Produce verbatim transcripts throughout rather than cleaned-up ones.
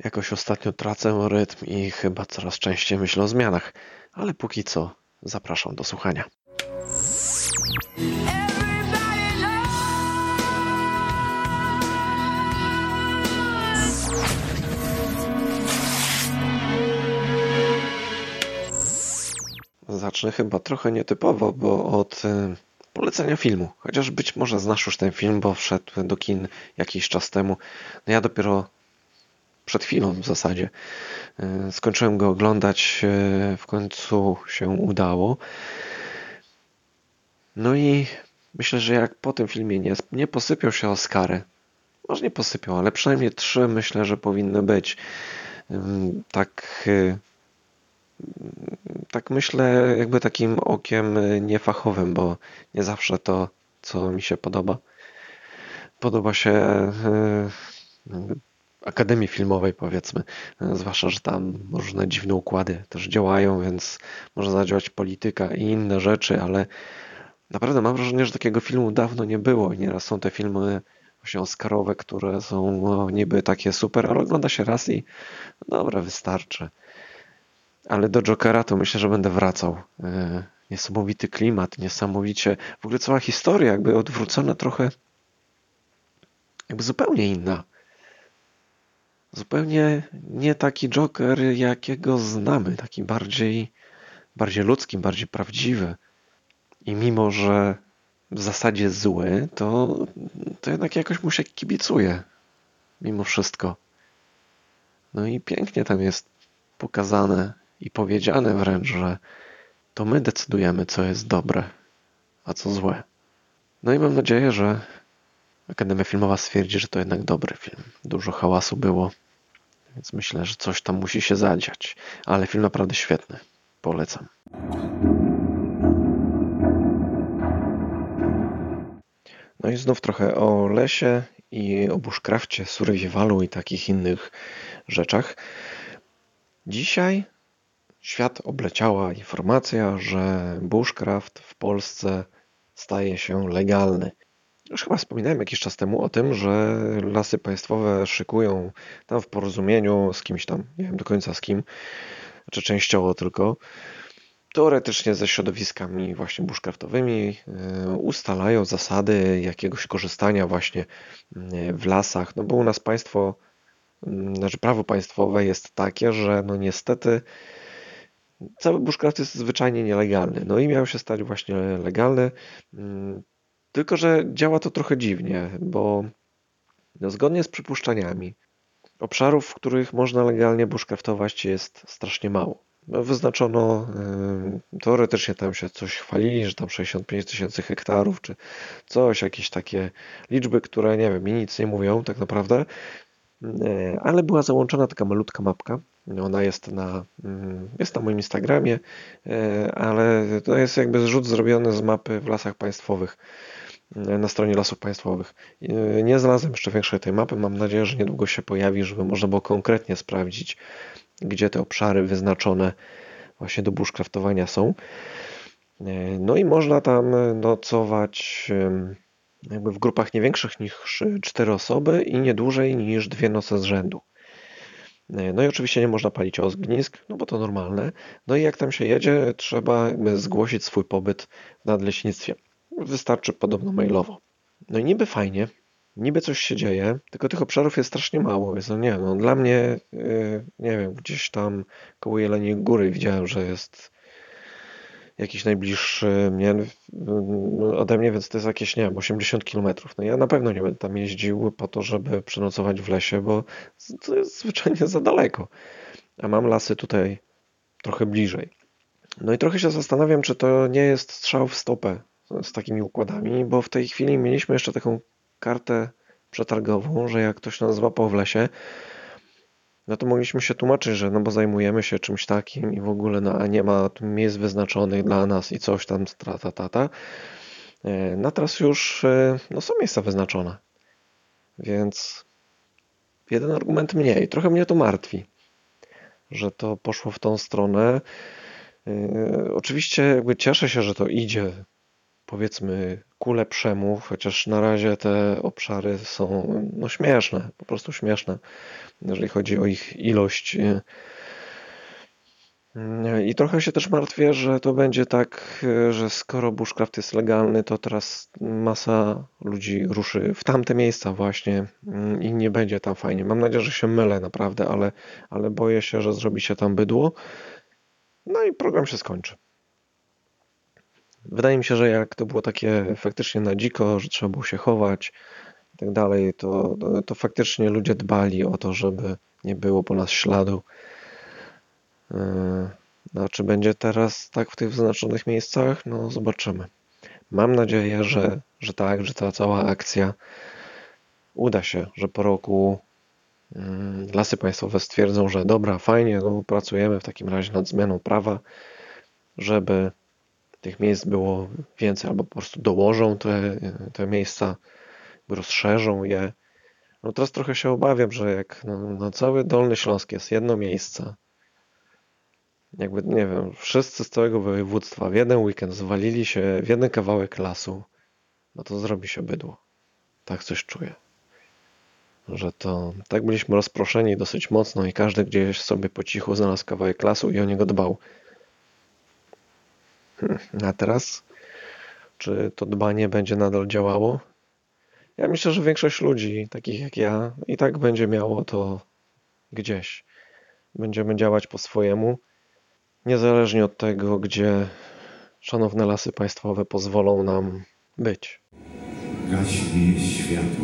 Jakoś ostatnio tracę rytm i chyba coraz częściej myślę o zmianach, ale póki co zapraszam do słuchania. Zacznę chyba trochę nietypowo, bo od y, polecenia filmu. Chociaż być może znasz już ten film, bo wszedł do kin jakiś czas temu. No ja dopiero przed chwilą w zasadzie y, skończyłem go oglądać, y, w końcu się udało. No i myślę, że jak po tym filmie nie, nie posypią się Oscary, może nie posypią, ale przynajmniej trzy myślę, że powinny być. Ym, Tak, y, tak myślę jakby takim okiem y, niefachowym, bo nie zawsze to, co mi się podoba, podoba się y, jakby Akademii Filmowej, powiedzmy. Y, Zwłaszcza, że tam różne dziwne układy też działają, więc może zadziałać polityka i inne rzeczy, ale naprawdę mam wrażenie, że takiego filmu dawno nie było i nieraz są te filmy właśnie oscarowe, które są no, niby takie super, ale ogląda się raz i no dobra, wystarczy. Ale do Jokera to myślę, że będę wracał. E, Niesamowity klimat, niesamowicie... W ogóle cała historia jakby odwrócona trochę, jakby zupełnie inna. Zupełnie nie taki Joker, jakiego znamy. Taki bardziej, bardziej ludzki, bardziej prawdziwy. I mimo, że w zasadzie zły, to, to jednak jakoś mu się kibicuje. Mimo wszystko. No i pięknie tam jest pokazane i powiedziane wręcz, że to my decydujemy, co jest dobre, a co złe. No i mam nadzieję, że Akademia Filmowa stwierdzi, że to jednak dobry film. Dużo hałasu było, więc myślę, że coś tam musi się zadziać. Ale film naprawdę świetny. Polecam. No i znów trochę o lesie i o bushcrafcie, survivalu i takich innych rzeczach. Dzisiaj świat obleciała informacja, że bushcraft w Polsce staje się legalny. Już chyba wspominałem jakiś czas temu o tym, że Lasy Państwowe szykują tam w porozumieniu z kimś tam, nie wiem do końca z kim, czy częściowo tylko, teoretycznie ze środowiskami właśnie bushcraftowymi ustalają zasady jakiegoś korzystania właśnie w lasach, no bo u nas państwo, znaczy prawo państwowe jest takie, że no niestety cały bushcraft jest zwyczajnie nielegalny. No i miał się stać właśnie legalny, tylko że działa to trochę dziwnie, bo no zgodnie z przypuszczeniami obszarów, w których można legalnie bushcraftować jest strasznie mało. No, wyznaczono, yy, teoretycznie tam się coś chwalili, że tam sześćdziesiąt pięć tysięcy hektarów, czy coś, jakieś takie liczby, które nie wiem, mi nic nie mówią tak naprawdę, yy, ale była załączona taka malutka mapka. Ona jest na, yy, jest na moim Instagramie, yy, ale to jest jakby zrzut zrobiony z mapy w lasach państwowych, yy, na stronie Lasów Państwowych. Yy, nie znalazłem jeszcze większej tej mapy, mam nadzieję, że niedługo się pojawi, żeby można było konkretnie sprawdzić, gdzie te obszary wyznaczone właśnie do bushcraftowania są. No i można tam nocować jakby w grupach nie większych niż cztery osoby i nie dłużej niż dwie noce z rzędu. No i oczywiście nie można palić ognisk, no bo to normalne. No i jak tam się jedzie, trzeba jakby zgłosić swój pobyt w nadleśnictwie. Wystarczy podobno mailowo. No i niby fajnie, niby coś się dzieje, tylko tych obszarów jest strasznie mało. Więc no nie, no dla mnie, yy, nie wiem, gdzieś tam koło Jeleniej Góry widziałem, że jest jakiś najbliższy mnie, yy, ode mnie, więc to jest jakieś, nie wiem, osiemdziesiąt kilometrów. No ja na pewno nie będę tam jeździł po to, żeby przenocować w lesie, bo to jest zwyczajnie za daleko. A mam lasy tutaj trochę bliżej. No i trochę się zastanawiam, czy to nie jest strzał w stopę z takimi układami, bo w tej chwili mieliśmy jeszcze taką kartę przetargową, że jak ktoś nas złapał w lesie, no to mogliśmy się tłumaczyć, że no bo zajmujemy się czymś takim i w ogóle no, a nie ma tu miejsc wyznaczonych dla nas i coś tam strata tata. No teraz już no, są miejsca wyznaczone, więc jeden argument mniej. Trochę mnie to martwi, że to poszło w tą stronę. Oczywiście jakby cieszę się, że to idzie powiedzmy ku lepszemu, chociaż na razie te obszary są no, śmieszne, po prostu śmieszne, jeżeli chodzi o ich ilość. I trochę się też martwię, że to będzie tak, że skoro bushcraft jest legalny, to teraz masa ludzi ruszy w tamte miejsca właśnie i nie będzie tam fajnie. Mam nadzieję, że się mylę naprawdę, ale, ale boję się, że zrobi się tam bydło. No i program się skończy. Wydaje mi się, że jak to było takie faktycznie na dziko, że trzeba było się chować i tak dalej, to, to, to faktycznie ludzie dbali o to, żeby nie było po nas śladu. No, czy będzie teraz tak w tych wyznaczonych miejscach? No, zobaczymy. Mam nadzieję, że, że tak, że ta cała akcja uda się, że po roku mm, Lasy Państwowe stwierdzą, że dobra, fajnie, no, pracujemy w takim razie nad zmianą prawa, żeby tych miejsc było więcej, albo po prostu dołożą te, te miejsca, rozszerzą je. No teraz trochę się obawiam, że jak no, na cały Dolny Śląsk jest jedno miejsce, jakby, nie wiem, wszyscy z całego województwa w jeden weekend zwalili się w jeden kawałek lasu, no to zrobi się bydło. Tak coś czuję. Że to tak byliśmy rozproszeni dosyć mocno i każdy gdzieś sobie po cichu znalazł kawałek lasu i o niego dbał. A teraz? Czy to dbanie będzie nadal działało? Ja myślę, że większość ludzi, takich jak ja, i tak będzie miało to gdzieś. Będziemy działać po swojemu, niezależnie od tego, gdzie szanowne Lasy Państwowe pozwolą nam być. Gaśnie światło.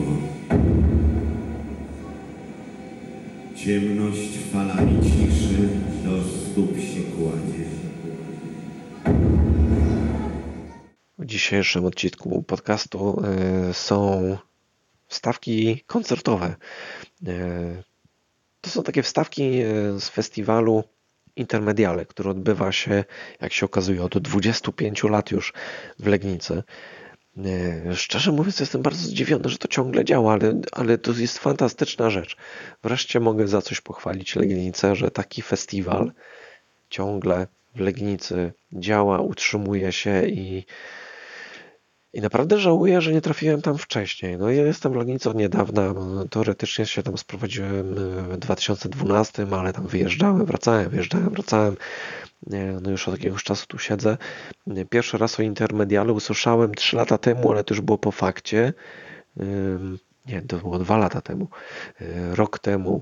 Ciemność falami ciszy do stóp się kładzie. W dzisiejszym odcinku podcastu są wstawki koncertowe. To są takie wstawki z festiwalu Intermediale, który odbywa się, jak się okazuje, od dwudziestu pięciu lat już w Legnicy. Szczerze mówiąc, jestem bardzo zdziwiony, że to ciągle działa, ale, ale to jest fantastyczna rzecz. Wreszcie mogę za coś pochwalić Legnicę, że taki festiwal ciągle w Legnicy działa, utrzymuje się i I naprawdę żałuję, że nie trafiłem tam wcześniej. No ja jestem w Legnicy od niedawna, teoretycznie się tam sprowadziłem w dwa tysiące dwunastym, ale tam wyjeżdżałem, wracałem, wyjeżdżałem, wracałem. No już od jakiegoś czasu tu siedzę. Pierwszy raz o Intermediale usłyszałem trzy lata temu, ale to już było po fakcie. Nie, to było dwa lata temu. Rok temu.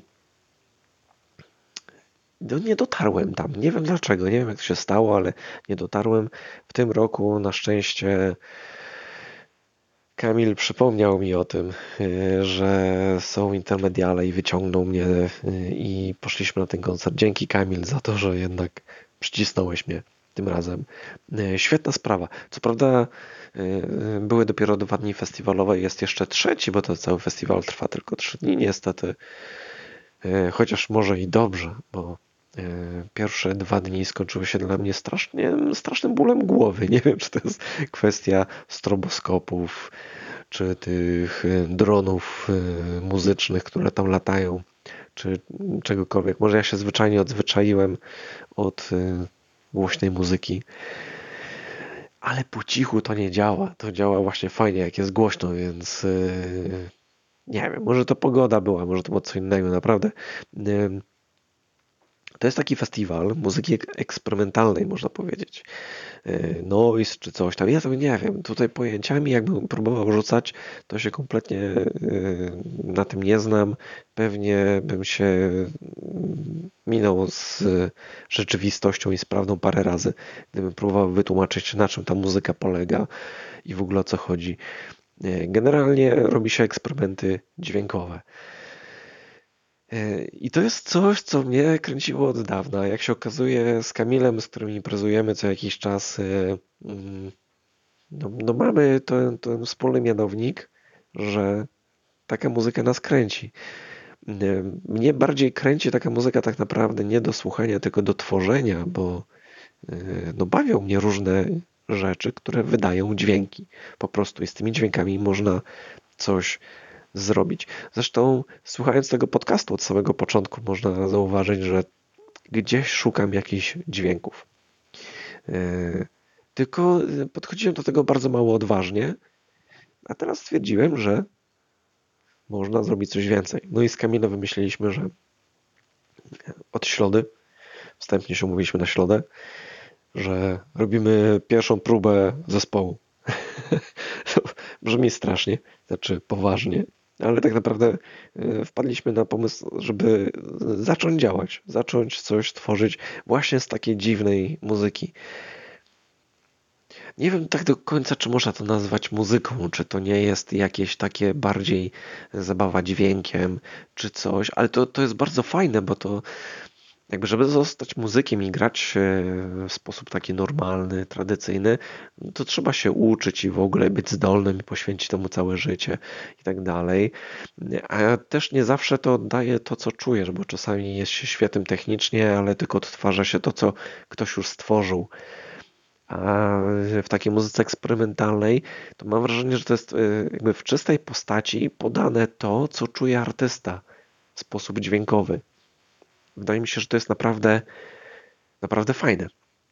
No nie dotarłem tam. Nie wiem dlaczego, nie wiem jak to się stało, ale nie dotarłem. W tym roku na szczęście Kamil przypomniał mi o tym, że są Intermediale i wyciągnął mnie i poszliśmy na ten koncert. Dzięki Kamil za to, że jednak przycisnąłeś mnie tym razem. Świetna sprawa. Co prawda były dopiero dwa dni festiwalowe, jest jeszcze trzeci, bo to cały festiwal trwa tylko trzy dni niestety. Chociaż może i dobrze, bo pierwsze dwa dni skończyły się dla mnie strasznie, strasznym bólem głowy. Nie wiem, czy to jest kwestia stroboskopów, czy tych dronów muzycznych, które tam latają, czy czegokolwiek. Może ja się zwyczajnie odzwyczaiłem od głośnej muzyki. Ale po cichu to nie działa. To działa właśnie fajnie, jak jest głośno, więc nie wiem, może to pogoda była, może to było co innego, naprawdę. To jest taki festiwal muzyki eksperymentalnej, można powiedzieć. Noise czy coś tam. Ja to nie wiem. Tutaj pojęciami jakbym próbował rzucać, to się kompletnie na tym nie znam. Pewnie bym się minął z rzeczywistością i z prawdą parę razy, gdybym próbował wytłumaczyć, na czym ta muzyka polega i w ogóle o co chodzi. Generalnie robi się eksperymenty dźwiękowe. I to jest coś, co mnie kręciło od dawna. Jak się okazuje, z Kamilem, z którym imprezujemy co jakiś czas, no, no mamy ten, ten wspólny mianownik, że taka muzyka nas kręci. Mnie bardziej kręci taka muzyka tak naprawdę nie do słuchania, tylko do tworzenia, bo no, bawią mnie różne rzeczy, które wydają dźwięki. Po prostu i z tymi dźwiękami można coś zrobić. Zresztą słuchając tego podcastu od samego początku można zauważyć, że gdzieś szukam jakichś dźwięków. Tylko podchodziłem do tego bardzo mało odważnie, a teraz stwierdziłem, że można zrobić coś więcej. No i z Kamilem wymyśliliśmy, że od środy, wstępnie się umówiliśmy na środę, że robimy pierwszą próbę zespołu. Brzmi strasznie, znaczy poważnie, ale tak naprawdę wpadliśmy na pomysł, żeby zacząć działać, zacząć coś tworzyć właśnie z takiej dziwnej muzyki. Nie wiem tak do końca, czy można to nazwać muzyką, czy to nie jest jakieś takie bardziej zabawa dźwiękiem, czy coś, ale to, to jest bardzo fajne, bo to jakby żeby zostać muzykiem i grać w sposób taki normalny, tradycyjny, to trzeba się uczyć i w ogóle być zdolnym i poświęcić temu całe życie i tak dalej. A też nie zawsze to daje to, co czujesz, bo czasami jest się świetnym technicznie, ale tylko odtwarza się to, co ktoś już stworzył. A w takiej muzyce eksperymentalnej to mam wrażenie, że to jest jakby w czystej postaci podane to, co czuje artysta w sposób dźwiękowy. Wydaje mi się, że to jest naprawdę, naprawdę fajne.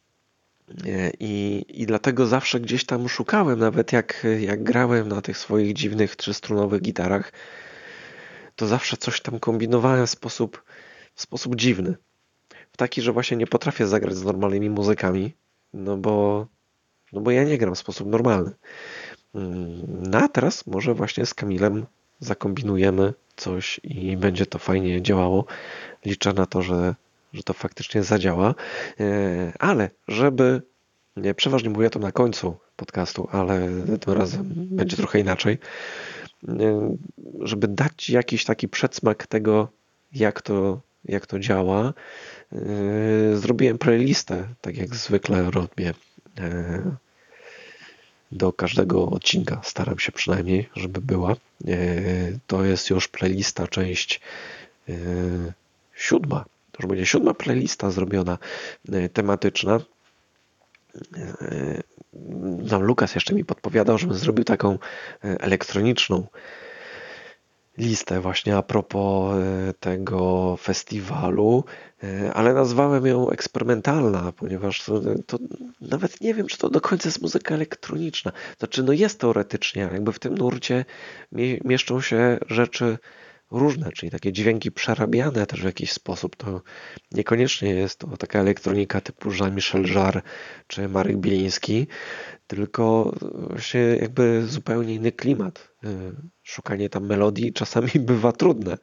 I, I dlatego zawsze gdzieś tam szukałem, nawet jak, jak grałem na tych swoich dziwnych trzystrunowych gitarach, to zawsze coś tam kombinowałem w sposób, w sposób dziwny. W taki, że właśnie nie potrafię zagrać z normalnymi muzykami, no bo, no bo ja nie gram w sposób normalny. No a teraz może właśnie z Kamilem zakombinujemy coś i będzie to fajnie działało. Liczę na to, że, że to faktycznie zadziała. Ale żeby, nie, przeważnie mówię to na końcu podcastu, ale tym razem będzie trochę inaczej, żeby dać jakiś taki przedsmak tego, jak to, jak to działa, zrobiłem playlistę, tak jak zwykle robię do każdego odcinka. Staram się przynajmniej, żeby była. To jest już playlista, część siódma. To już będzie siódma playlista zrobiona, tematyczna. Tam Lukas jeszcze mi podpowiadał, żebym zrobił taką elektroniczną listę właśnie a propos tego festiwalu, ale nazwałem ją eksperymentalna, ponieważ to, to nawet nie wiem, czy to do końca jest muzyka elektroniczna. Znaczy, no jest teoretycznie, jakby w tym nurcie mieszczą się rzeczy różne, czyli takie dźwięki przerabiane też w jakiś sposób. To niekoniecznie jest to taka elektronika typu Jean-Michel Jarre czy Marek Biliński, tylko właśnie jakby zupełnie inny klimat. Szukanie tam melodii czasami bywa trudne.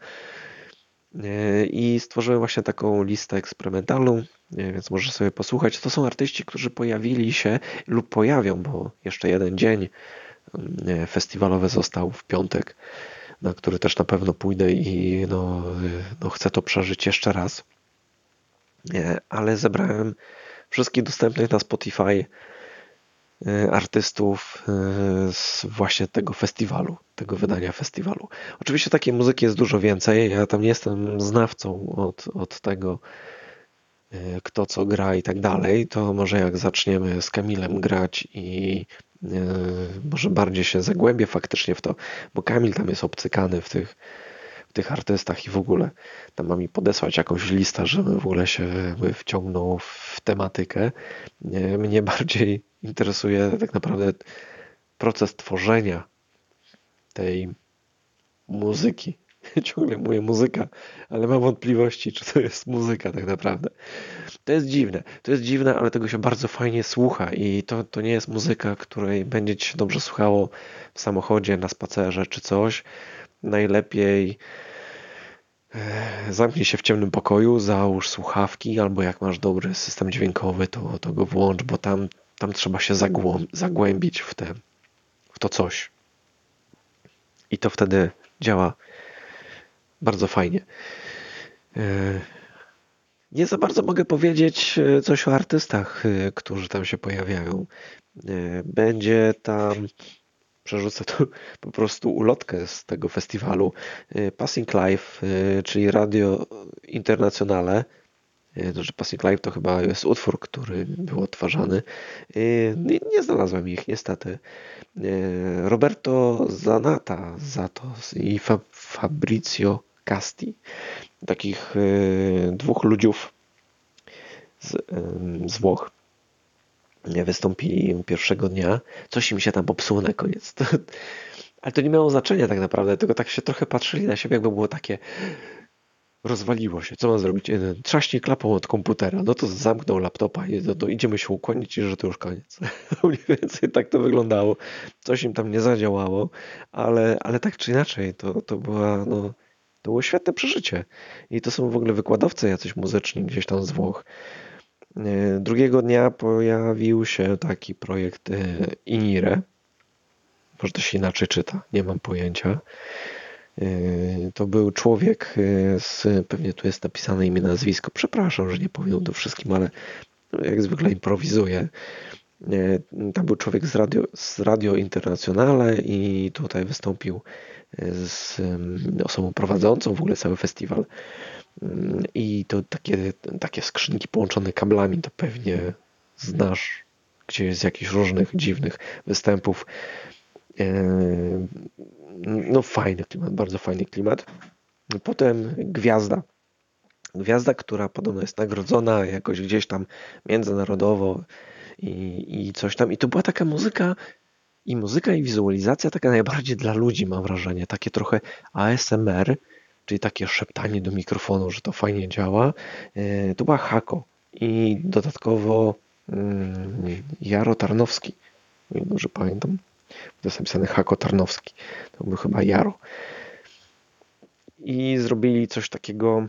I stworzyłem właśnie taką listę eksperymentalną, więc możesz sobie posłuchać. To są artyści, którzy pojawili się lub pojawią, bo jeszcze jeden dzień festiwalowy został w piątek, na który też na pewno pójdę i no, no chcę to przeżyć jeszcze raz. Ale zebrałem wszystkich dostępnych na Spotify artystów z właśnie tego festiwalu, tego wydania festiwalu. Oczywiście takiej muzyki jest dużo więcej. Ja tam nie jestem znawcą od, od tego, kto co gra i tak dalej. To może jak zaczniemy z Kamilem grać i może bardziej się zagłębię faktycznie w to, bo Kamil tam jest obcykany w tych, w tych artystach i w ogóle tam ma mi podesłać jakąś listę, żeby w ogóle się wciągnął w tematykę. Mnie bardziej interesuje tak naprawdę proces tworzenia tej muzyki. Ciągle mówię muzyka, ale mam wątpliwości, czy to jest muzyka tak naprawdę. To jest dziwne. To jest dziwne, ale tego się bardzo fajnie słucha i to, to nie jest muzyka, której będzie ci się dobrze słuchało w samochodzie, na spacerze czy coś. Najlepiej zamknij się w ciemnym pokoju, załóż słuchawki, albo jak masz dobry system dźwiękowy, to, to go włącz, bo tam, tam trzeba się zagłą- zagłębić w, te, w to coś. I to wtedy działa bardzo fajnie. Nie za bardzo mogę powiedzieć coś o artystach, którzy tam się pojawiają. Będzie tam, przerzucę tu po prostu ulotkę z tego festiwalu, Passing Live, czyli Radio Internazionale. Znaczy Passing Live to chyba jest utwór, który był odtwarzany. Nie, nie znalazłem ich niestety. Roberto Zanata Zatos i Fabrizio Casti. Takich dwóch ludziów z, z Włoch. wystąpili pierwszego dnia. Coś im się tam popsuło na koniec. To, ale to nie miało znaczenia tak naprawdę, tylko tak się trochę patrzyli na siebie, jakby było takie rozwaliło się, co mam zrobić? Jeden trzaśnie klapą od komputera, no to zamknął laptopa i no to idziemy się ukłonić i że to już koniec. Mniej więcej tak to wyglądało. Coś im tam nie zadziałało, ale, ale tak czy inaczej, to, to była, no, to było świetne przeżycie. I to są w ogóle wykładowcy jacyś muzyczni gdzieś tam z Włoch. Drugiego dnia pojawił się taki projekt Inire. Może to się inaczej czyta, nie mam pojęcia. To był człowiek z, pewnie tu jest napisane imię, nazwisko. Przepraszam, że nie powiem to wszystkim, ale jak zwykle improwizuję. Tam był człowiek z Radio, z Radio Internazionale i tutaj wystąpił z osobą prowadzącą w ogóle cały festiwal. I to takie, takie skrzynki połączone kablami, to pewnie znasz, gdzie jest jakichś różnych dziwnych występów. No fajny klimat, bardzo fajny klimat. Potem Gwiazda. Gwiazda, która podobno jest nagrodzona jakoś gdzieś tam międzynarodowo i, i coś tam. I to była taka muzyka i muzyka i wizualizacja taka najbardziej dla ludzi, mam wrażenie. Takie trochę A S M R, czyli takie szeptanie do mikrofonu, że to fajnie działa. To była Hako i dodatkowo Jaro Tarnowski, o ile dobrze pamiętam. To jest napisane Hako Tarnowski. To był chyba Jaro. I zrobili coś takiego.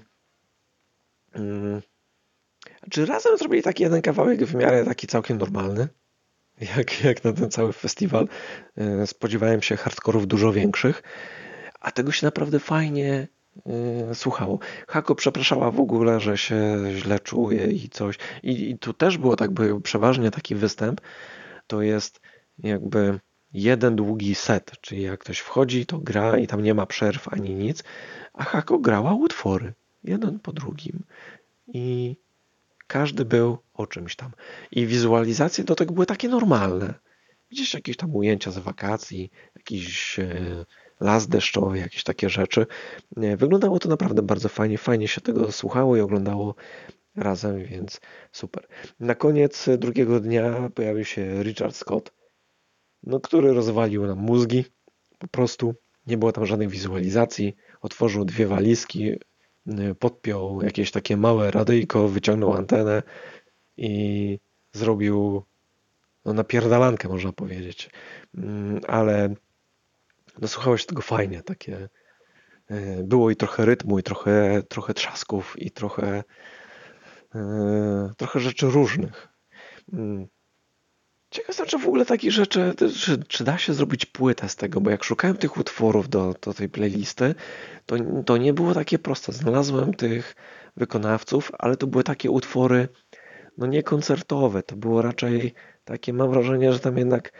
Hmm, czy razem zrobili taki jeden kawałek w miarę taki całkiem normalny? Jak, jak na ten cały festiwal. Spodziewałem się hardkorów dużo większych. A tego się naprawdę fajnie yy, słuchało. Hako przepraszała w ogóle, że się źle czuje i coś. I, i tu też było tak, by przeważnie taki występ to jest jakby jeden długi set, czyli jak ktoś wchodzi, to gra i tam nie ma przerw ani nic, a Hako grała utwory, jeden po drugim i każdy był o czymś tam. I wizualizacje do tego były takie normalne. Gdzieś jakieś tam ujęcia z wakacji, jakiś las deszczowy, jakieś takie rzeczy. Wyglądało to naprawdę bardzo fajnie, fajnie się tego słuchało i oglądało razem, więc super. Na koniec drugiego dnia pojawił się Richard Scott, no, który rozwalił nam mózgi. Po prostu nie było tam żadnej wizualizacji. Otworzył dwie walizki, podpiął jakieś takie małe radyjko, wyciągnął antenę i zrobił no, napierdalankę, można powiedzieć. Ale no, słuchało się tego fajnie. Takie było i trochę rytmu, i trochę, trochę trzasków, i trochę trochę rzeczy różnych. Ciekawe znaczy w ogóle takich rzeczy, czy, czy da się zrobić płytę z tego, bo jak szukałem tych utworów do, do tej playlisty, to, to nie było takie proste. Znalazłem tych wykonawców, ale to były takie utwory no nie koncertowe, to było raczej takie, mam wrażenie, że tam jednak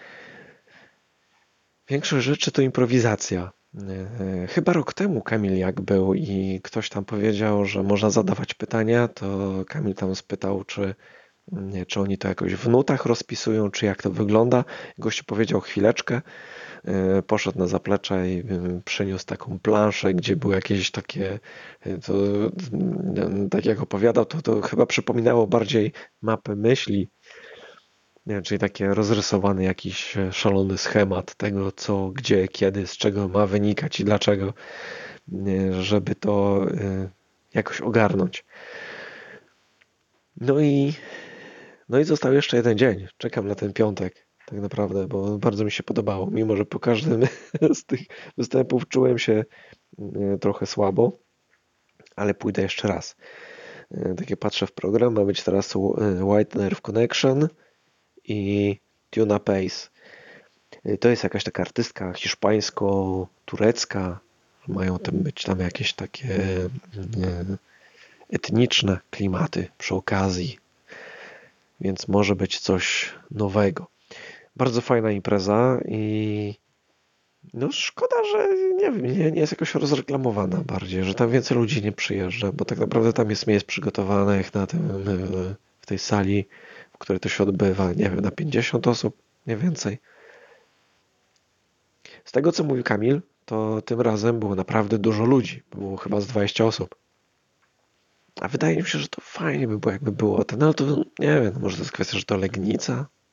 większość rzeczy to improwizacja. Chyba rok temu Kamil jak był i ktoś tam powiedział, że można zadawać pytania, to Kamil tam spytał, czy Nie, czy oni to jakoś w nutach rozpisują, czy jak to wygląda. Gościu powiedział chwileczkę, poszedł na zaplecze i przyniósł taką planszę, gdzie były jakieś takie, to, tak jak opowiadał, to, to chyba przypominało bardziej mapę myśli, nie, czyli takie rozrysowany jakiś szalony schemat tego, co, gdzie, kiedy, z czego ma wynikać i dlaczego, żeby to jakoś ogarnąć. No i No i został jeszcze jeden dzień. Czekam na ten piątek tak naprawdę, bo bardzo mi się podobało. Mimo, że po każdym z tych występów czułem się trochę słabo, ale pójdę jeszcze raz. Takie patrzę w program, ma być teraz White Nerve Connection i Tuna Pace. To jest jakaś taka artystka hiszpańsko-turecka. Mają tam być tam jakieś takie etniczne klimaty przy okazji. Więc może być coś nowego. Bardzo fajna impreza i no szkoda, że nie wiem, nie, nie jest jakoś rozreklamowana bardziej, że tam więcej ludzi nie przyjeżdża, bo tak naprawdę tam jest miejsc przygotowanych na tym, w tej sali, w której to się odbywa, nie wiem, na pięćdziesiąt osób, nie więcej. Z tego, co mówił Kamil, to tym razem było naprawdę dużo ludzi. Było chyba z dwadzieścia osób. A wydaje mi się, że to fajnie by było, jakby było ten, ale to nie wiem, może to jest kwestia, że to Legnica,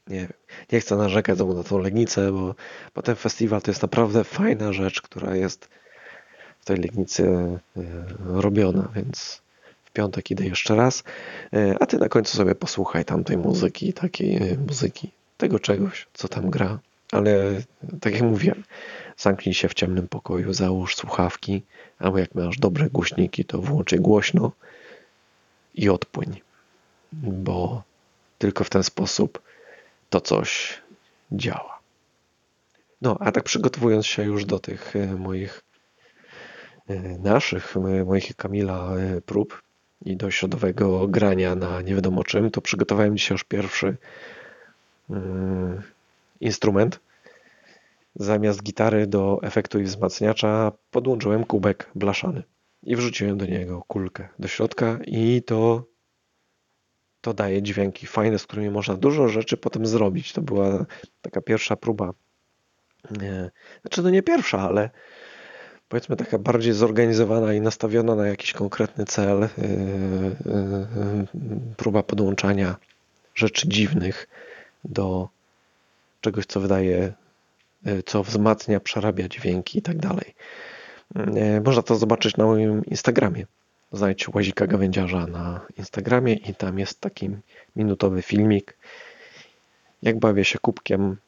nie wiem, nie chcę narzekać znowu na tą Legnicę, bo, bo ten festiwal to jest naprawdę fajna rzecz, która jest w tej Legnicy e, robiona, więc w piątek idę jeszcze raz, e, a ty na końcu sobie posłuchaj tamtej muzyki, takiej e, muzyki, tego czegoś, co tam gra, ale tak jak mówiłem, zamknij się w ciemnym pokoju, załóż słuchawki, albo jak masz dobre głośniki, to włącz je głośno i odpłyń, bo tylko w ten sposób to coś działa. No, a tak przygotowując się już do tych e, moich, e, naszych, e, moich i Kamila e, prób i do środowego grania na nie wiadomo czym, to przygotowałem dzisiaj już pierwszy mm, instrument. Zamiast gitary do efektu i wzmacniacza podłączyłem kubek blaszany i wrzuciłem do niego kulkę do środka i to to daje dźwięki fajne, z którymi można dużo rzeczy potem zrobić. To była taka pierwsza próba. Nie, znaczy no nie pierwsza, ale powiedzmy taka bardziej zorganizowana i nastawiona na jakiś konkretny cel. Yy, yy, próba podłączania rzeczy dziwnych do czegoś, co wydaje, yy, co wzmacnia, przerabia dźwięki i tak dalej. Yy, można to zobaczyć na moim Instagramie. Znajdź Łazika Gawędziarza na Instagramie i tam jest taki minutowy filmik, jak bawię się kubkiem,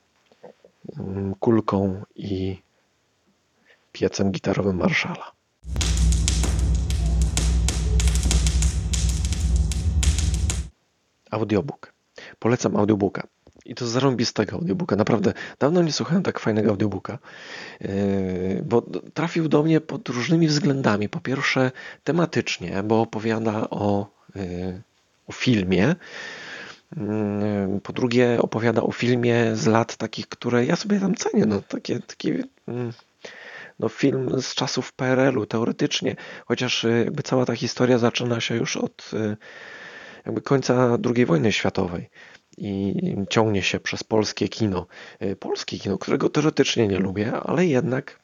kulką i piecem gitarowym Marshalla. Audiobook. Polecam audiobooka. I to zarąbistego audiobooka. Naprawdę dawno nie słuchałem tak fajnego audiobooka, bo trafił do mnie pod różnymi względami. Po pierwsze tematycznie, bo opowiada o, o filmie. Po drugie opowiada o filmie z lat takich, które ja sobie tam cenię. No, takie, takie no, film z czasów P R L u teoretycznie, chociaż jakby cała ta historia zaczyna się już od jakby końca drugiej wojny światowej i ciągnie się przez polskie kino. Polskie kino, którego teoretycznie nie lubię, ale jednak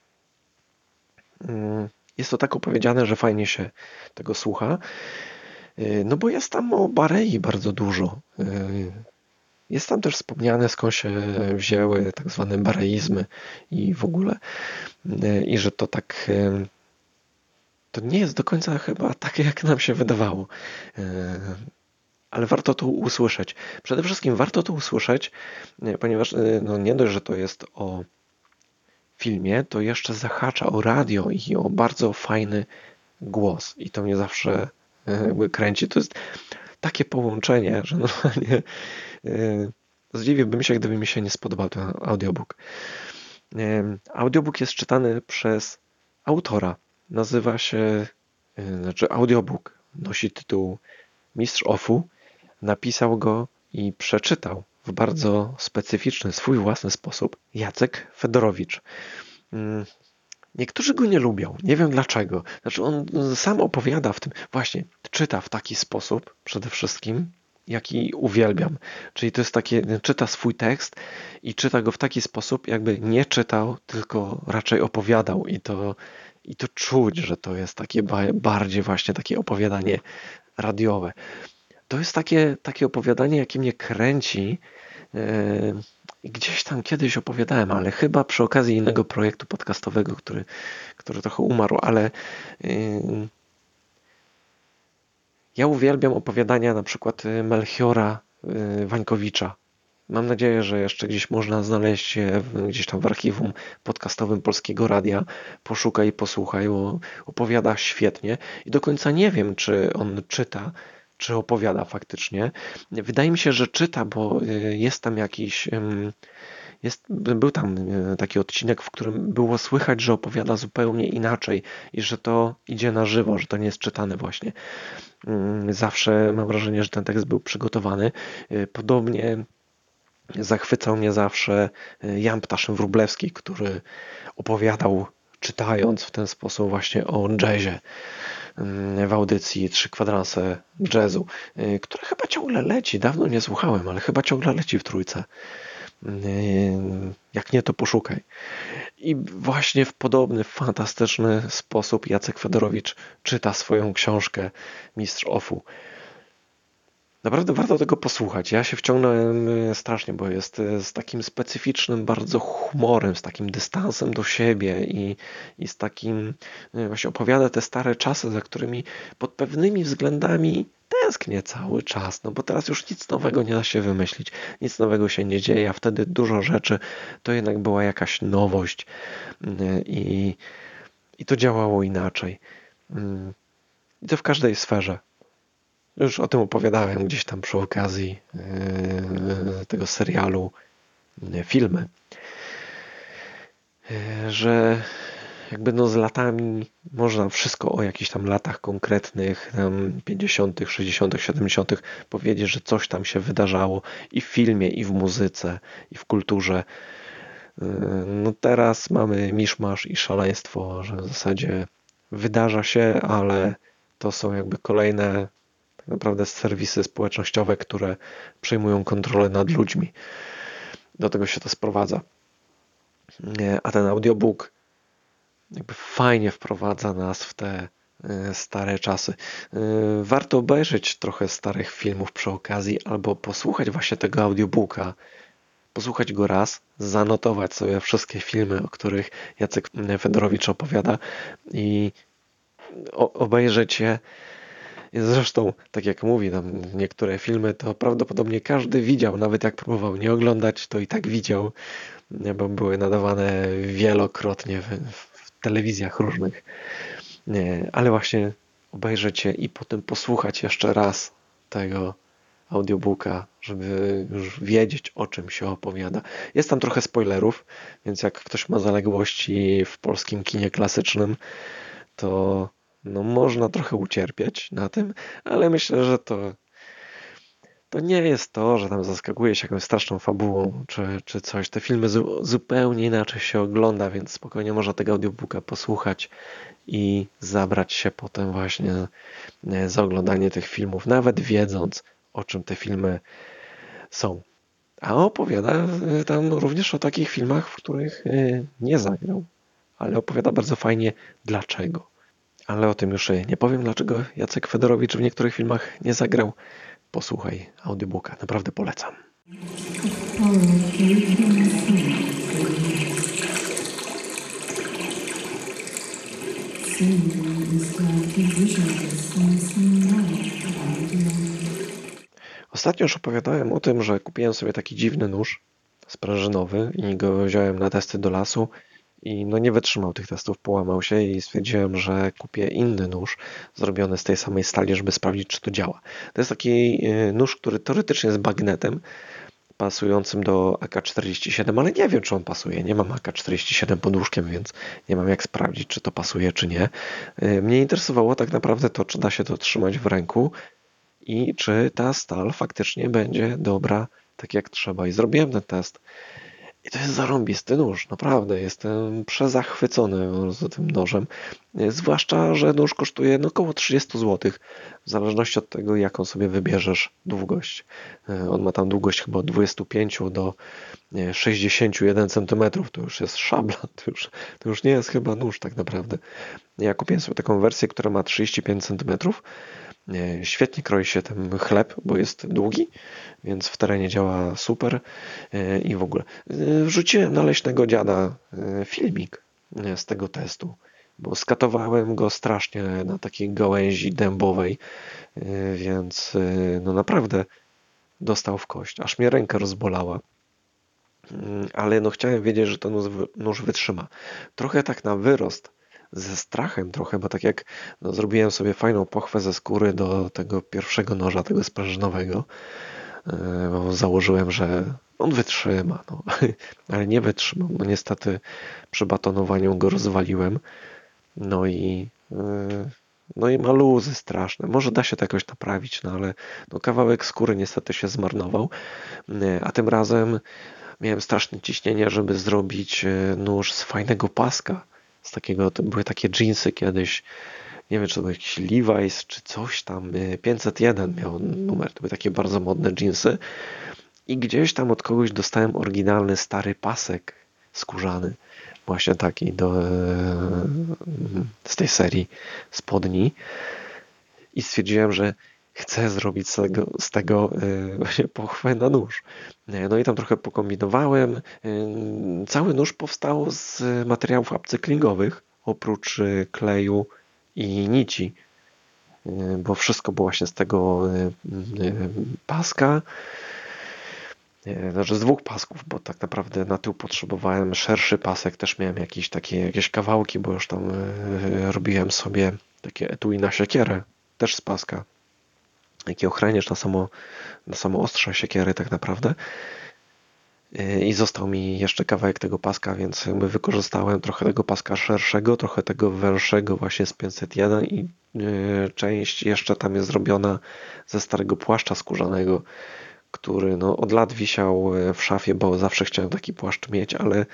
jest to tak opowiedziane, że fajnie się tego słucha. No bo jest tam o Barei bardzo dużo. Jest tam też wspomniane, skąd się wzięły tak zwane bareizmy i w ogóle. I że to tak to nie jest do końca chyba takie, jak nam się wydawało. Ale warto to usłyszeć. Przede wszystkim warto to usłyszeć, ponieważ no nie dość, że to jest o filmie, to jeszcze zahacza o radio i o bardzo fajny głos. I to mnie zawsze jakby kręci. To jest takie połączenie, że normalnie zdziwiłbym się, gdyby mi się nie spodobał ten audiobook. Audiobook jest czytany przez autora. Nazywa się, znaczy audiobook nosi tytuł Mistrz Offu. Napisał go i przeczytał w bardzo specyficzny, swój własny sposób Jacek Fedorowicz. Niektórzy go nie lubią, nie wiem dlaczego. Znaczy on sam opowiada w tym, właśnie czyta w taki sposób przede wszystkim, jaki uwielbiam. Czyli to jest takie, czyta swój tekst i czyta go w taki sposób, jakby nie czytał, tylko raczej opowiadał i to, i to czuć, że to jest takie bardziej właśnie takie opowiadanie radiowe. To jest takie, takie opowiadanie, jakie mnie kręci. Gdzieś tam kiedyś opowiadałem, ale chyba przy okazji innego projektu podcastowego, który, który trochę umarł, ale ja uwielbiam opowiadania na przykład Melchiora Wańkowicza. Mam nadzieję, że jeszcze gdzieś można znaleźć je gdzieś tam w archiwum podcastowym Polskiego Radia. Poszukaj i posłuchaj, bo opowiada świetnie i do końca nie wiem, czy on czyta, czy opowiada faktycznie. Wydaje mi się, że czyta, bo jest tam jakiś... Jest, był tam taki odcinek, w którym było słychać, że opowiada zupełnie inaczej i że to idzie na żywo, że to nie jest czytane właśnie. Zawsze mam wrażenie, że ten tekst był przygotowany. Podobnie zachwycał mnie zawsze Jan Ptaszyn-Wróblewski, który opowiadał, czytając w ten sposób właśnie o jazzie w audycji Trzy Kwadranse Jazzu, która chyba ciągle leci. Dawno nie słuchałem, ale chyba ciągle leci w Trójce. Jak nie, to poszukaj. I właśnie w podobny, fantastyczny sposób Jacek Fedorowicz czyta swoją książkę Mistrz Offu. Naprawdę warto tego posłuchać. Ja się wciągnąłem e, strasznie, bo jest e, z takim specyficznym bardzo humorem, z takim dystansem do siebie i, i z takim e, właśnie opowiada te stare czasy, za którymi pod pewnymi względami tęsknię cały czas, no bo teraz już nic nowego nie da się wymyślić, nic nowego się nie dzieje, a wtedy dużo rzeczy to jednak była jakaś nowość e, i, i to działało inaczej. Mm, I to w każdej sferze. Już o tym opowiadałem gdzieś tam przy okazji yy, tego serialu yy, filmy, yy, że jakby no z latami można wszystko o jakichś tam latach konkretnych, tam pięćdziesiątych, sześćdziesiątych, siedemdziesiątych powiedzieć, że coś tam się wydarzało i w filmie, i w muzyce, i w kulturze. Yy, no teraz mamy miszmasz i szaleństwo, że w zasadzie wydarza się, ale to są jakby kolejne tak naprawdę serwisy społecznościowe, które przejmują kontrolę nad ludźmi. Do tego się to sprowadza. A ten audiobook jakby fajnie wprowadza nas w te stare czasy. Warto obejrzeć trochę starych filmów przy okazji albo posłuchać właśnie tego audiobooka. Posłuchać go raz, zanotować sobie wszystkie filmy, o których Jacek Fedorowicz opowiada i obejrzeć je. Zresztą, tak jak mówi tam niektóre filmy, to prawdopodobnie każdy widział, nawet jak próbował nie oglądać, to i tak widział, bo były nadawane wielokrotnie w, w telewizjach różnych. Ale właśnie obejrzeć je i potem posłuchać jeszcze raz tego audiobooka, żeby już wiedzieć, o czym się opowiada. Jest tam trochę spoilerów, więc jak ktoś ma zaległości w polskim kinie klasycznym, to no można trochę ucierpieć na tym, ale myślę, że to, to nie jest to, że tam zaskakuje się jakąś straszną fabułą czy, czy coś. Te filmy zu, zupełnie inaczej się ogląda, więc spokojnie można tego audiobooka posłuchać i zabrać się potem właśnie za oglądanie tych filmów, nawet wiedząc, o czym te filmy są. A opowiada tam również o takich filmach, w których nie zagrał, ale opowiada bardzo fajnie dlaczego. Ale o tym już nie powiem, dlaczego Jacek Fedorowicz w niektórych filmach nie zagrał. Posłuchaj audiobooka, naprawdę polecam. Ostatnio już opowiadałem o tym, że kupiłem sobie taki dziwny nóż sprężynowy i go wziąłem na testy do lasu. I no nie wytrzymał tych testów, połamał się i stwierdziłem, że kupię inny nóż zrobiony z tej samej stali, żeby sprawdzić, czy to działa. To jest taki nóż, który teoretycznie jest bagnetem pasującym do A K czterdzieści siedem, ale nie wiem, czy on pasuje. Nie mam A K czterdzieści siedem pod łóżkiem, więc nie mam jak sprawdzić, czy to pasuje, czy nie. Mnie interesowało tak naprawdę to, czy da się to trzymać w ręku i czy ta stal faktycznie będzie dobra tak jak trzeba. I zrobiłem ten test. I to jest zarąbisty nóż, naprawdę. Jestem przezachwycony tym nożem. Zwłaszcza, że nóż kosztuje no, około trzydzieści złotych, w zależności od tego, jaką sobie wybierzesz długość. On ma tam długość chyba od dwudziestu pięciu do sześćdziesięciu jeden centymetrów. To już jest szabla, to już, to już nie jest chyba nóż tak naprawdę. Ja kupiłem sobie taką wersję, która ma trzydzieści pięć centymetrów. Świetnie kroi się ten chleb, bo jest długi, więc w terenie działa super i w ogóle. Wrzuciłem na Leśnego Dziada filmik z tego testu, bo skatowałem go strasznie na takiej gałęzi dębowej, więc no naprawdę dostał w kość, aż mnie ręka rozbolała. Ale no chciałem wiedzieć, że ten nóż wytrzyma. Trochę tak na wyrost, ze strachem trochę, bo tak jak no, zrobiłem sobie fajną pochwę ze skóry do tego pierwszego noża, tego sprężynowego, bo założyłem, że on wytrzyma, no. Ale nie wytrzymał. No niestety przy batonowaniu go rozwaliłem. No i no i ma luzy straszne. Może da się to jakoś naprawić, no ale no, kawałek skóry niestety się zmarnował. A tym razem miałem straszne ciśnienie, żeby zrobić nóż z fajnego paska. Z takiego, to były takie dżinsy kiedyś, nie wiem, czy to był jakiś Levi's, czy coś tam, pięćset jeden miał numer, to były takie bardzo modne dżinsy i gdzieś tam od kogoś dostałem oryginalny stary pasek skórzany, właśnie taki do, z tej serii spodni i stwierdziłem, że chcę zrobić z tego, z tego y, właśnie pochwę na nóż. No i tam trochę pokombinowałem. Y, Cały nóż powstał z materiałów upcyklingowych, oprócz y, kleju i nici, y, bo wszystko było właśnie z tego y, y, paska. Y, Znaczy z dwóch pasków, bo tak naprawdę na tył potrzebowałem szerszy pasek, też miałem jakieś takie jakieś kawałki, bo już tam y, robiłem sobie takie etui na siekierę, też z paska. Jaki ochraniacz na samo, na samo ostrze siekiery tak naprawdę. I został mi jeszcze kawałek tego paska, więc jakby wykorzystałem trochę tego paska szerszego, trochę tego węższego właśnie z pięćset jeden i część jeszcze tam jest zrobiona ze starego płaszcza skórzanego, który no od lat wisiał w szafie, bo zawsze chciałem taki płaszcz mieć, ale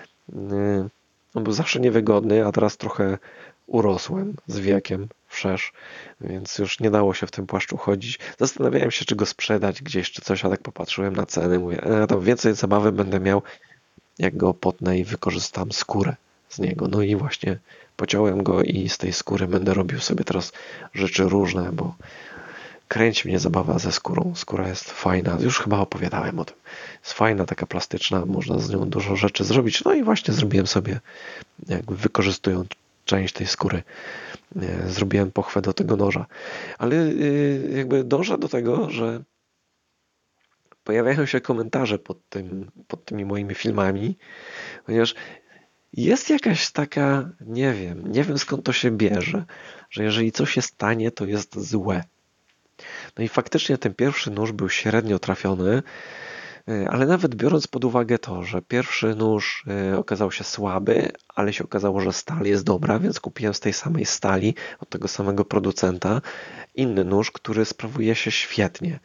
on był zawsze niewygodny, a teraz trochę urosłem z wiekiem wszerz, więc już nie dało się w tym płaszczu chodzić. Zastanawiałem się, czy go sprzedać gdzieś, czy coś, a tak popatrzyłem na ceny, mówię, e, tam więcej zabawy będę miał, jak go potnę i wykorzystam skórę z niego. No i właśnie pociąłem go i z tej skóry będę robił sobie teraz rzeczy różne, bo kręci mnie zabawa ze skórą. Skóra jest fajna, już chyba opowiadałem o tym. Jest fajna, taka plastyczna, można z nią dużo rzeczy zrobić. No i właśnie zrobiłem sobie, jakby wykorzystując część tej skóry, zrobiłem pochwę do tego noża. Ale jakby dążę do tego, że pojawiają się komentarze pod tym, pod tymi moimi filmami, ponieważ jest jakaś taka, nie wiem, nie wiem skąd to się bierze, że jeżeli coś się stanie, to jest złe. No i faktycznie ten pierwszy nóż był średnio trafiony, ale nawet biorąc pod uwagę to, że pierwszy nóż okazał się słaby, ale się okazało, że stal jest dobra, więc kupiłem z tej samej stali, od tego samego producenta, inny nóż, który sprawuje się świetnie.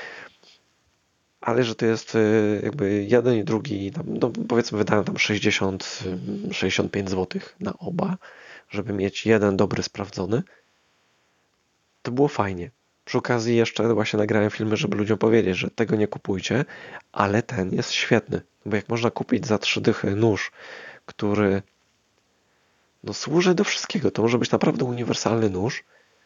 Ale że to jest jakby jeden i drugi, no powiedzmy wydałem tam sześćdziesiąt sześćdziesiąt pięć złotych na oba, żeby mieć jeden dobry, sprawdzony. To było fajnie. Przy okazji jeszcze właśnie nagrałem filmy, żeby ludziom powiedzieć, że tego nie kupujcie, ale ten jest świetny. Bo jak można kupić za trzy dychy nóż, który no, służy do wszystkiego, to może być naprawdę uniwersalny nóż,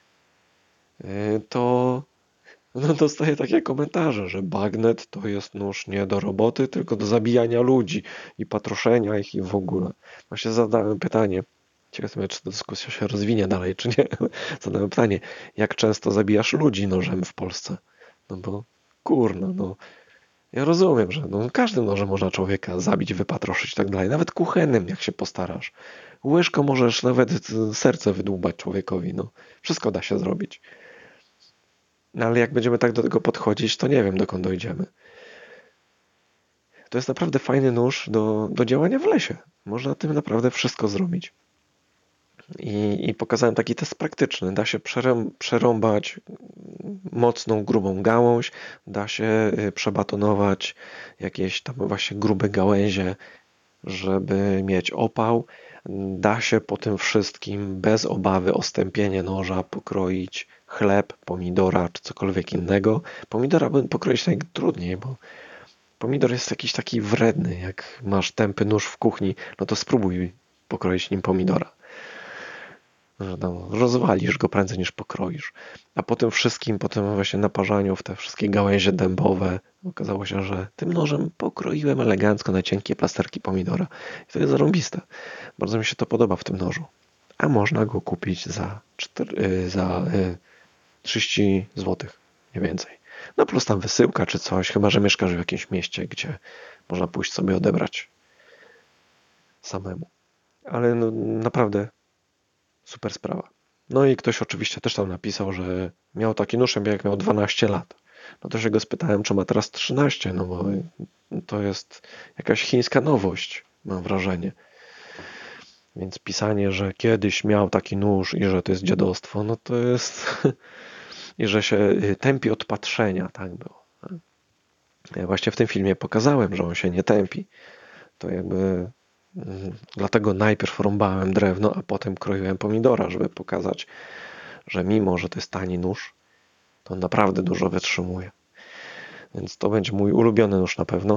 to no, dostaję takie komentarze, że bagnet to jest nóż nie do roboty, tylko do zabijania ludzi i patroszenia ich i w ogóle. Właśnie zadałem pytanie, ciekawe, czy ta dyskusja się rozwinie dalej, czy nie. Zadałem pytanie, jak często zabijasz ludzi nożem w Polsce? No bo kurna, no ja rozumiem, że no, każdym nożem można człowieka zabić, wypatroszyć i tak dalej. Nawet kuchennym, jak się postarasz. Łyżką możesz nawet serce wydłubać człowiekowi. No, wszystko da się zrobić. No ale jak będziemy tak do tego podchodzić, to nie wiem, dokąd dojdziemy. To jest naprawdę fajny nóż do, do działania w lesie. Można tym naprawdę wszystko zrobić. I, I pokazałem taki test praktyczny. Da się przerąbać mocną, grubą gałąź, da się przebatonować jakieś tam właśnie grube gałęzie, żeby mieć opał. Da się po tym wszystkim bez obawy o stępienie noża pokroić chleb, pomidora czy cokolwiek innego. Pomidora bym pokroić najtrudniej, bo pomidor jest jakiś taki wredny. Jak masz tępy nóż w kuchni, no to spróbuj pokroić nim pomidora. Że no, rozwalisz go prędzej niż pokroisz. A po tym wszystkim, po tym właśnie naparzaniu w te wszystkie gałęzie dębowe, okazało się, że tym nożem pokroiłem elegancko na cienkie plasterki pomidora. I to jest zarąbiste. Bardzo mi się to podoba w tym nożu. A można go kupić za, cztery, za trzydzieści złotych, nie więcej. No plus tam wysyłka czy coś, chyba że mieszkasz w jakimś mieście, gdzie można pójść sobie odebrać samemu. Ale no, naprawdę super sprawa. No i ktoś oczywiście też tam napisał, że miał taki nóż, jak miał dwanaście lat. No to się go spytałem, czy ma teraz trzynaście, no bo to jest jakaś chińska nowość, mam wrażenie. Więc pisanie, że kiedyś miał taki nóż i że to jest dziadostwo, no to jest... I że się tępi od patrzenia, tak było. Ja właśnie w tym filmie pokazałem, że on się nie tępi. To jakby... Dlatego najpierw rąbałem drewno, a potem kroiłem pomidora, żeby pokazać, że mimo, że to jest tani nóż, to on naprawdę dużo wytrzymuje. Więc to będzie mój ulubiony nóż na pewno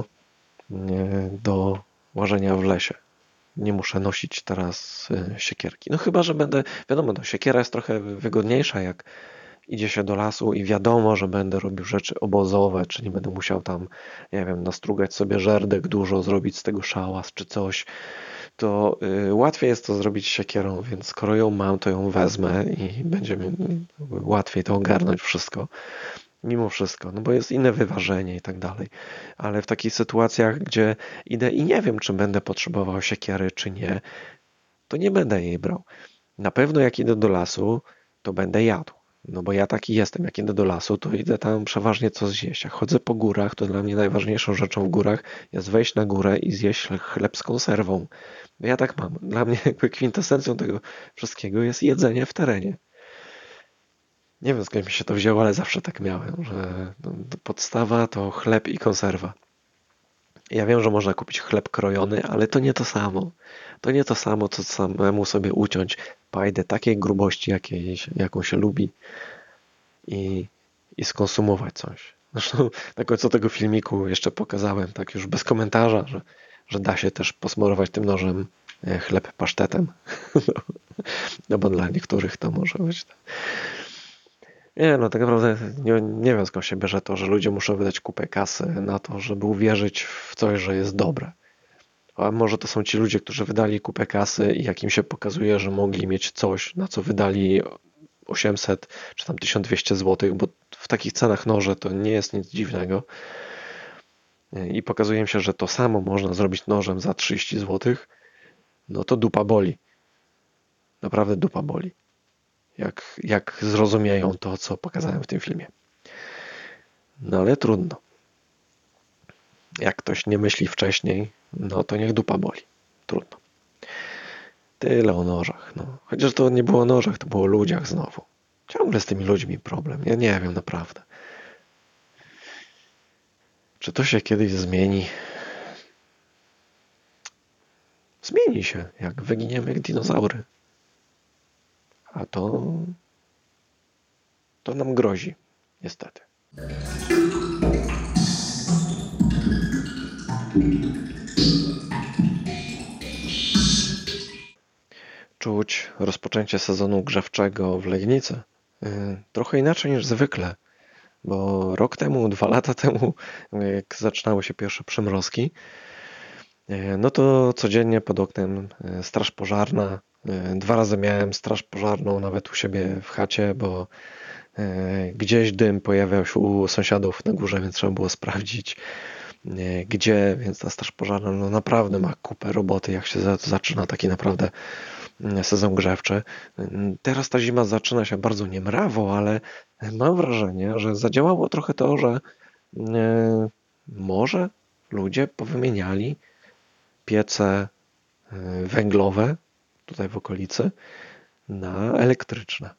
do łażenia w lesie. Nie muszę nosić teraz siekierki. No chyba, że będę... Wiadomo, no, siekiera jest trochę wygodniejsza, jak, idzie się do lasu i wiadomo, że będę robił rzeczy obozowe, czyli będę musiał tam, nie wiem, nastrugać sobie żerdek dużo, zrobić z tego szałas czy coś, to y, łatwiej jest to zrobić siekierą, więc skoro ją mam, to ją wezmę i będzie mi łatwiej to ogarnąć wszystko. Mimo wszystko, no bo jest inne wyważenie i tak dalej. Ale w takich sytuacjach, gdzie idę i nie wiem, czy będę potrzebował siekiery, czy nie, to nie będę jej brał. Na pewno jak idę do lasu, to będę jadł. No bo ja taki jestem. Jak idę do lasu, to idę tam przeważnie co zjeść. Jak chodzę po górach, to dla mnie najważniejszą rzeczą w górach jest wejść na górę i zjeść chleb z konserwą. Ja tak mam. Dla mnie jakby kwintesencją tego wszystkiego jest jedzenie w terenie. Nie wiem, skąd mi się to wzięło, ale zawsze tak miałem, że podstawa to chleb i konserwa. Ja wiem, że można kupić chleb krojony, ale to nie to samo. To nie to samo, co samemu sobie uciąć pajdę takiej grubości, jakiej, jaką się lubi i, i skonsumować coś. Zresztą na końcu tego filmiku jeszcze pokazałem, tak już bez komentarza, że, że da się też posmarować tym nożem chleb pasztetem. No bo dla niektórych to może być. Nie, no tak naprawdę nie, nie wiem, skąd się bierze to, że ludzie muszą wydać kupę kasy na to, żeby uwierzyć w coś, że jest dobre. A może to są ci ludzie, którzy wydali kupę kasy i jak im się pokazuje, że mogli mieć coś, na co wydali osiemset czy tam tysiąc dwieście złotych, bo w takich cenach noże to nie jest nic dziwnego. I pokazuje im się, że to samo można zrobić nożem za trzydzieści złotych, no to dupa boli. Naprawdę dupa boli. Jak, jak zrozumieją to, co pokazałem w tym filmie. No ale trudno. Jak ktoś nie myśli wcześniej, no to niech dupa boli. Trudno. Tyle o nożach. No. Chociaż to nie było o nożach, to było o ludziach znowu. Ciągle z tymi ludźmi problem. Ja nie wiem naprawdę. Czy to się kiedyś zmieni? Zmieni się, jak wyginiemy jak dinozaury. A to... to nam grozi. Niestety. Czuć rozpoczęcie sezonu grzewczego w Legnicy. Trochę inaczej niż zwykle, bo rok temu, dwa lata temu, jak zaczynały się pierwsze przymrozki, no to codziennie pod oknem straż pożarna. Dwa razy miałem straż pożarną nawet u siebie w chacie, bo gdzieś dym pojawiał się u sąsiadów na górze, więc trzeba było sprawdzić gdzie, więc ta straż pożarna no naprawdę ma kupę roboty, jak się zaczyna taki naprawdę sezon grzewczy. Teraz ta zima zaczyna się bardzo niemrawo, ale mam wrażenie, że zadziałało trochę to, że może ludzie powymieniali piece węglowe tutaj w okolicy na elektryczne.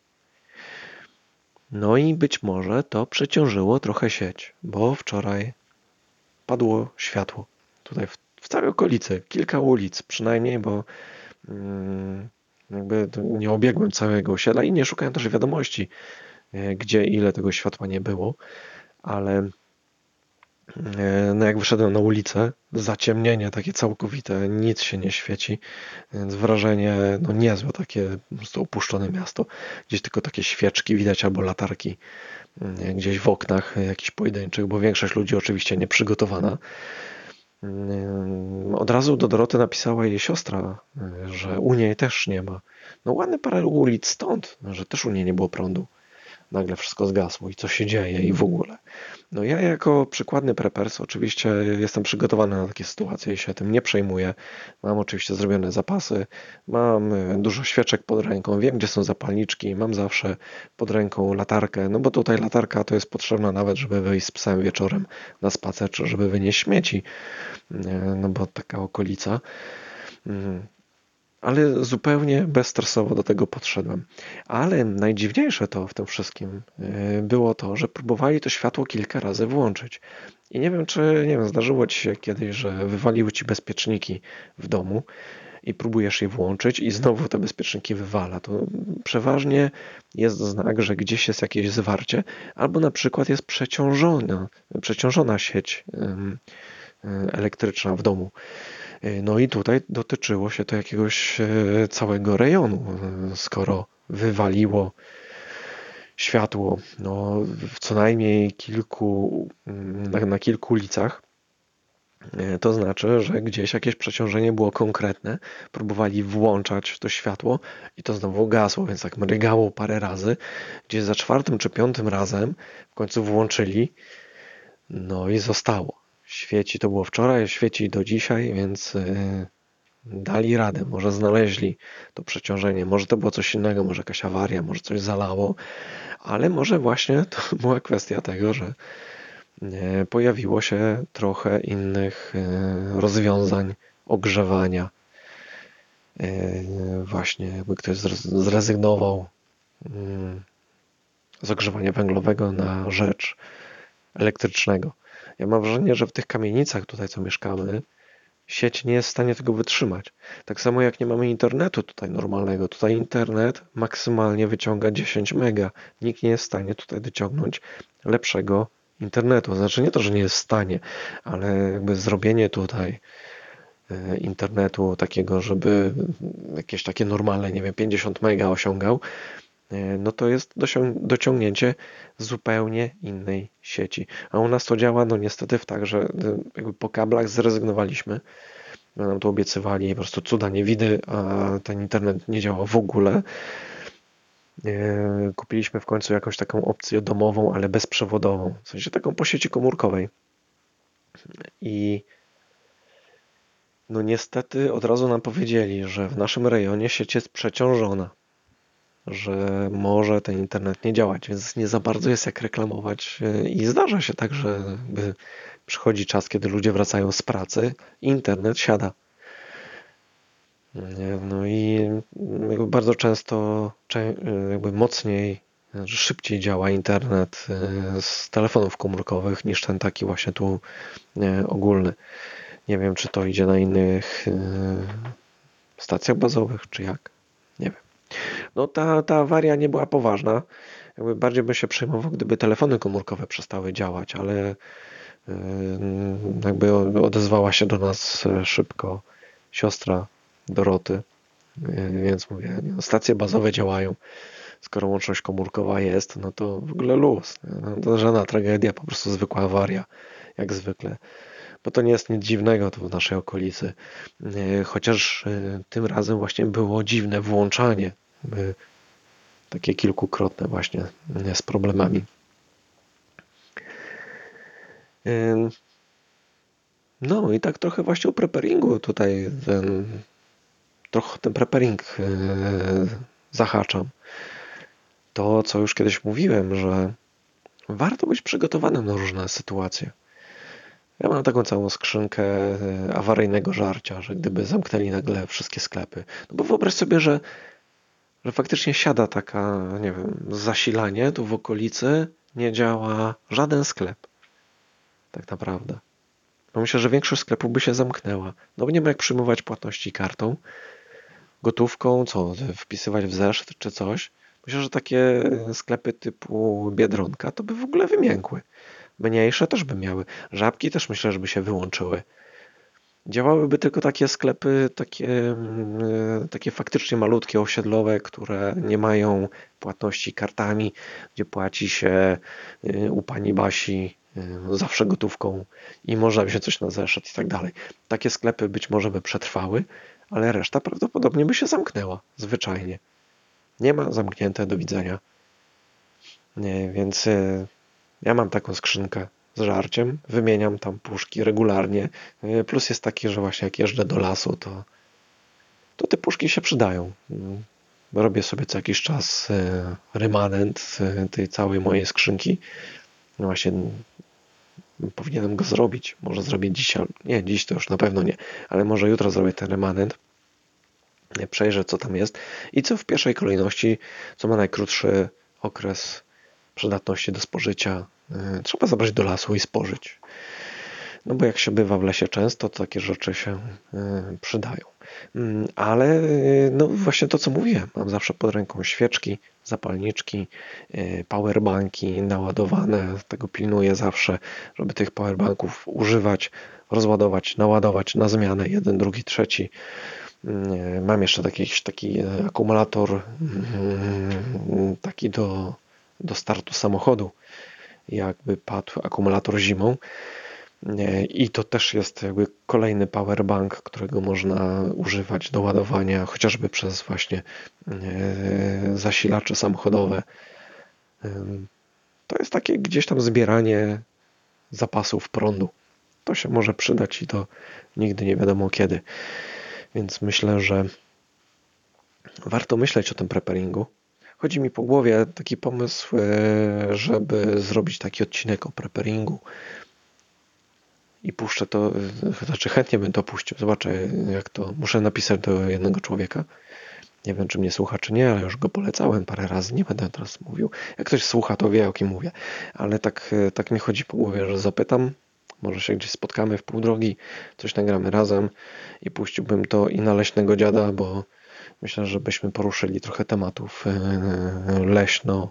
No i być może to przeciążyło trochę sieć, bo wczoraj padło światło tutaj w, w całej okolicy, kilka ulic przynajmniej, bo mm, jakby nie obiegłem całego osiedla i nie szukałem też wiadomości, gdzie ile tego światła nie było, ale no jak wyszedłem na ulicę, zaciemnienie takie całkowite, nic się nie świeci, więc wrażenie no niezłe, takie po prostu opuszczone miasto, gdzieś tylko takie świeczki widać albo latarki gdzieś w oknach jakichś pojedynczych, bo większość ludzi oczywiście nieprzygotowana. Od razu do Doroty napisała jej siostra, że u niej też nie ma. No ładne parę ulic stąd, że też u niej nie było prądu. Nagle wszystko zgasło i co się dzieje i w ogóle. No ja jako przykładny preppers oczywiście jestem przygotowany na takie sytuacje i się tym nie przejmuję. Mam oczywiście zrobione zapasy, mam dużo świeczek pod ręką, wiem gdzie są zapalniczki, mam zawsze pod ręką latarkę, no bo tutaj latarka to jest potrzebna nawet, żeby wyjść z psem wieczorem na spacer, czy żeby wynieść śmieci, no bo taka okolica. Ale zupełnie bezstresowo do tego podszedłem. Ale najdziwniejsze to w tym wszystkim było to, że próbowali to światło kilka razy włączyć. I nie wiem, czy nie wiem, zdarzyło ci się kiedyś, że wywaliły ci bezpieczniki w domu i próbujesz je włączyć i znowu te bezpieczniki wywala. To przeważnie jest znak, że gdzieś jest jakieś zwarcie albo na przykład jest przeciążona, przeciążona sieć elektryczna w domu. No i tutaj dotyczyło się to jakiegoś całego rejonu, skoro wywaliło światło no, w co najmniej kilku, na, na kilku ulicach. To znaczy, że gdzieś jakieś przeciążenie było konkretne, próbowali włączać to światło i to znowu gasło, więc tak mrygało parę razy, gdzieś za czwartym czy piątym razem w końcu włączyli, no i zostało. Świeci, to było wczoraj, świeci do dzisiaj, więc yy, dali radę, może znaleźli to przeciążenie, może to było coś innego, może jakaś awaria, może coś zalało, ale może właśnie to była kwestia tego, że pojawiło się trochę innych rozwiązań ogrzewania. Właśnie jakby ktoś zrezygnował z ogrzewania węglowego na rzecz elektrycznego. Ja mam wrażenie, że w tych kamienicach tutaj, co mieszkamy, sieć nie jest w stanie tego wytrzymać. Tak samo jak nie mamy internetu tutaj normalnego. Tutaj internet maksymalnie wyciąga dziesięć mega. Nikt nie jest w stanie tutaj dociągnąć lepszego internetu. Znaczy nie to, że nie jest w stanie, ale jakby zrobienie tutaj internetu takiego, żeby jakieś takie normalne, nie wiem, pięćdziesiąt mega osiągał, no to jest dociągnięcie zupełnie innej sieci. A u nas to działa no niestety w tak, że jakby po kablach zrezygnowaliśmy. Nam to obiecywali, po prostu cuda nie widy, a ten internet nie działa w ogóle. Kupiliśmy w końcu jakąś taką opcję domową, ale bezprzewodową, w sensie taką po sieci komórkowej. I no niestety od razu nam powiedzieli, że w naszym rejonie sieć jest przeciążona, że może ten internet nie działać, więc nie za bardzo jest jak reklamować i zdarza się tak, że jakby przychodzi czas, kiedy ludzie wracają z pracy i internet siada. No i jakby bardzo często jakby mocniej, szybciej działa internet z telefonów komórkowych niż ten taki właśnie tu ogólny. Nie wiem, czy to idzie na innych stacjach bazowych, czy jak. Nie wiem. No ta, ta awaria nie była poważna. Jakby bardziej bym się przejmował, gdyby telefony komórkowe przestały działać, ale jakby odezwała się do nas szybko siostra Doroty, więc mówię, no, stacje bazowe działają. Skoro łączność komórkowa jest, no to w ogóle luz. No, to żadna tragedia, po prostu zwykła awaria, jak zwykle. Bo to nie jest nic dziwnego tu w naszej okolicy. Chociaż tym razem właśnie było dziwne włączanie. Takie kilkukrotne właśnie z problemami. No i tak trochę właśnie o preparingu tutaj ten, trochę ten preparing zahaczam. To, co już kiedyś mówiłem, że warto być przygotowanym na różne sytuacje. Ja mam taką całą skrzynkę awaryjnego żarcia, że gdyby zamknęli nagle wszystkie sklepy. No bo wyobraź sobie, że, że faktycznie siada taka, nie wiem, zasilanie tu w okolicy, nie działa żaden sklep. Tak naprawdę. No myślę, że większość sklepów by się zamknęła. No bo nie ma jak przyjmować płatności kartą, gotówką, co, wpisywać w zeszyt czy coś. Myślę, że takie sklepy typu Biedronka to by w ogóle wymiękły. Mniejsze też by miały. Żabki też myślę, że by się wyłączyły. Działałyby tylko takie sklepy, takie, takie faktycznie malutkie, osiedlowe, które nie mają płatności kartami, gdzie płaci się u pani Basi zawsze gotówką i można by się coś na zeszyt i tak dalej. Takie sklepy być może by przetrwały, ale reszta prawdopodobnie by się zamknęła, zwyczajnie. Nie ma, zamknięte, do widzenia. Nie, więc ja mam taką skrzynkę z żarciem, wymieniam tam puszki regularnie. Plus jest taki, że właśnie jak jeżdżę do lasu, to, to te puszki się przydają. Robię sobie co jakiś czas remanent tej całej mojej skrzynki. No właśnie powinienem go zrobić. Może zrobię dzisiaj. Nie, dziś to już na pewno nie, ale może jutro zrobię ten remanent. Przejrzę, co tam jest i co w pierwszej kolejności, co ma najkrótszy okres przydatności do spożycia, trzeba zabrać do lasu i spożyć. No bo jak się bywa w lesie często, to takie rzeczy się przydają. Ale no właśnie to, co mówiłem, mam zawsze pod ręką świeczki, zapalniczki, powerbanki naładowane. Tego pilnuję zawsze, żeby tych powerbanków używać, rozładować, naładować na zmianę, jeden, drugi, trzeci. Mam jeszcze taki, taki akumulator taki do do startu samochodu, jakby padł akumulator zimą. I to też jest jakby kolejny powerbank, którego można używać do ładowania, chociażby przez właśnie zasilacze samochodowe. To jest takie gdzieś tam zbieranie zapasów prądu. To się może przydać i to nigdy nie wiadomo kiedy. Więc myślę, że warto myśleć o tym preparingu. Chodzi mi po głowie taki pomysł, żeby zrobić taki odcinek o preparingu. I puszczę to, znaczy chętnie bym to puścił. Zobaczę, jak to. Muszę napisać do jednego człowieka. Nie wiem, czy mnie słucha, czy nie, ale już go polecałem parę razy. Nie będę teraz mówił. Jak ktoś słucha, to wie, o kim mówię. Ale tak, tak mi chodzi po głowie, że zapytam. Może się gdzieś spotkamy w pół drogi, coś nagramy razem i puściłbym to i na Leśnego Dziada, bo myślę, że byśmy poruszyli trochę tematów leśno,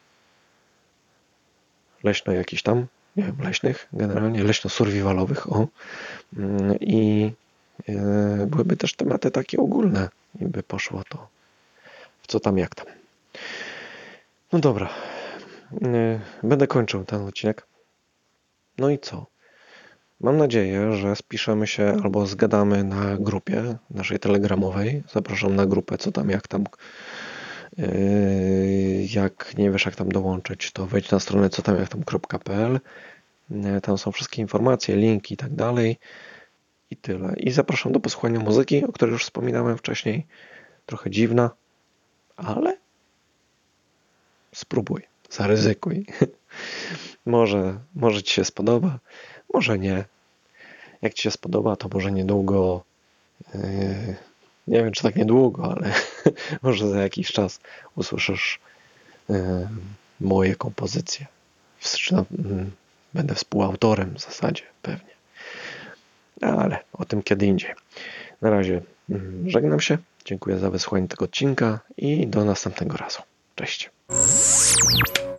leśno jakiś tam, nie wiem, leśnych, generalnie leśno-survivalowych, o. I byłyby też tematy takie ogólne i by poszło to w co tam, jak tam. No dobra, będę kończył ten odcinek. No i co? Mam nadzieję, że spiszemy się albo zgadamy na grupie naszej telegramowej. Zapraszam na grupę, co tam, jak tam. Jak nie wiesz, jak tam dołączyć, to wejdź na stronę co tam jak tam kropka pe el. Tam są wszystkie informacje, linki i tak dalej. I tyle. I zapraszam do posłuchania muzyki, o której już wspominałem wcześniej. Trochę dziwna, ale spróbuj, zaryzykuj. może, może Ci się spodoba, może nie. Jak Ci się spodoba, to może niedługo, yy, nie wiem, czy tak niedługo, ale może za jakiś czas usłyszysz yy, moje kompozycje. Yy, będę współautorem w zasadzie, pewnie. Ale o tym kiedy indziej. Na razie yy, żegnam się. Dziękuję za wysłuchanie tego odcinka i do następnego razu. Cześć.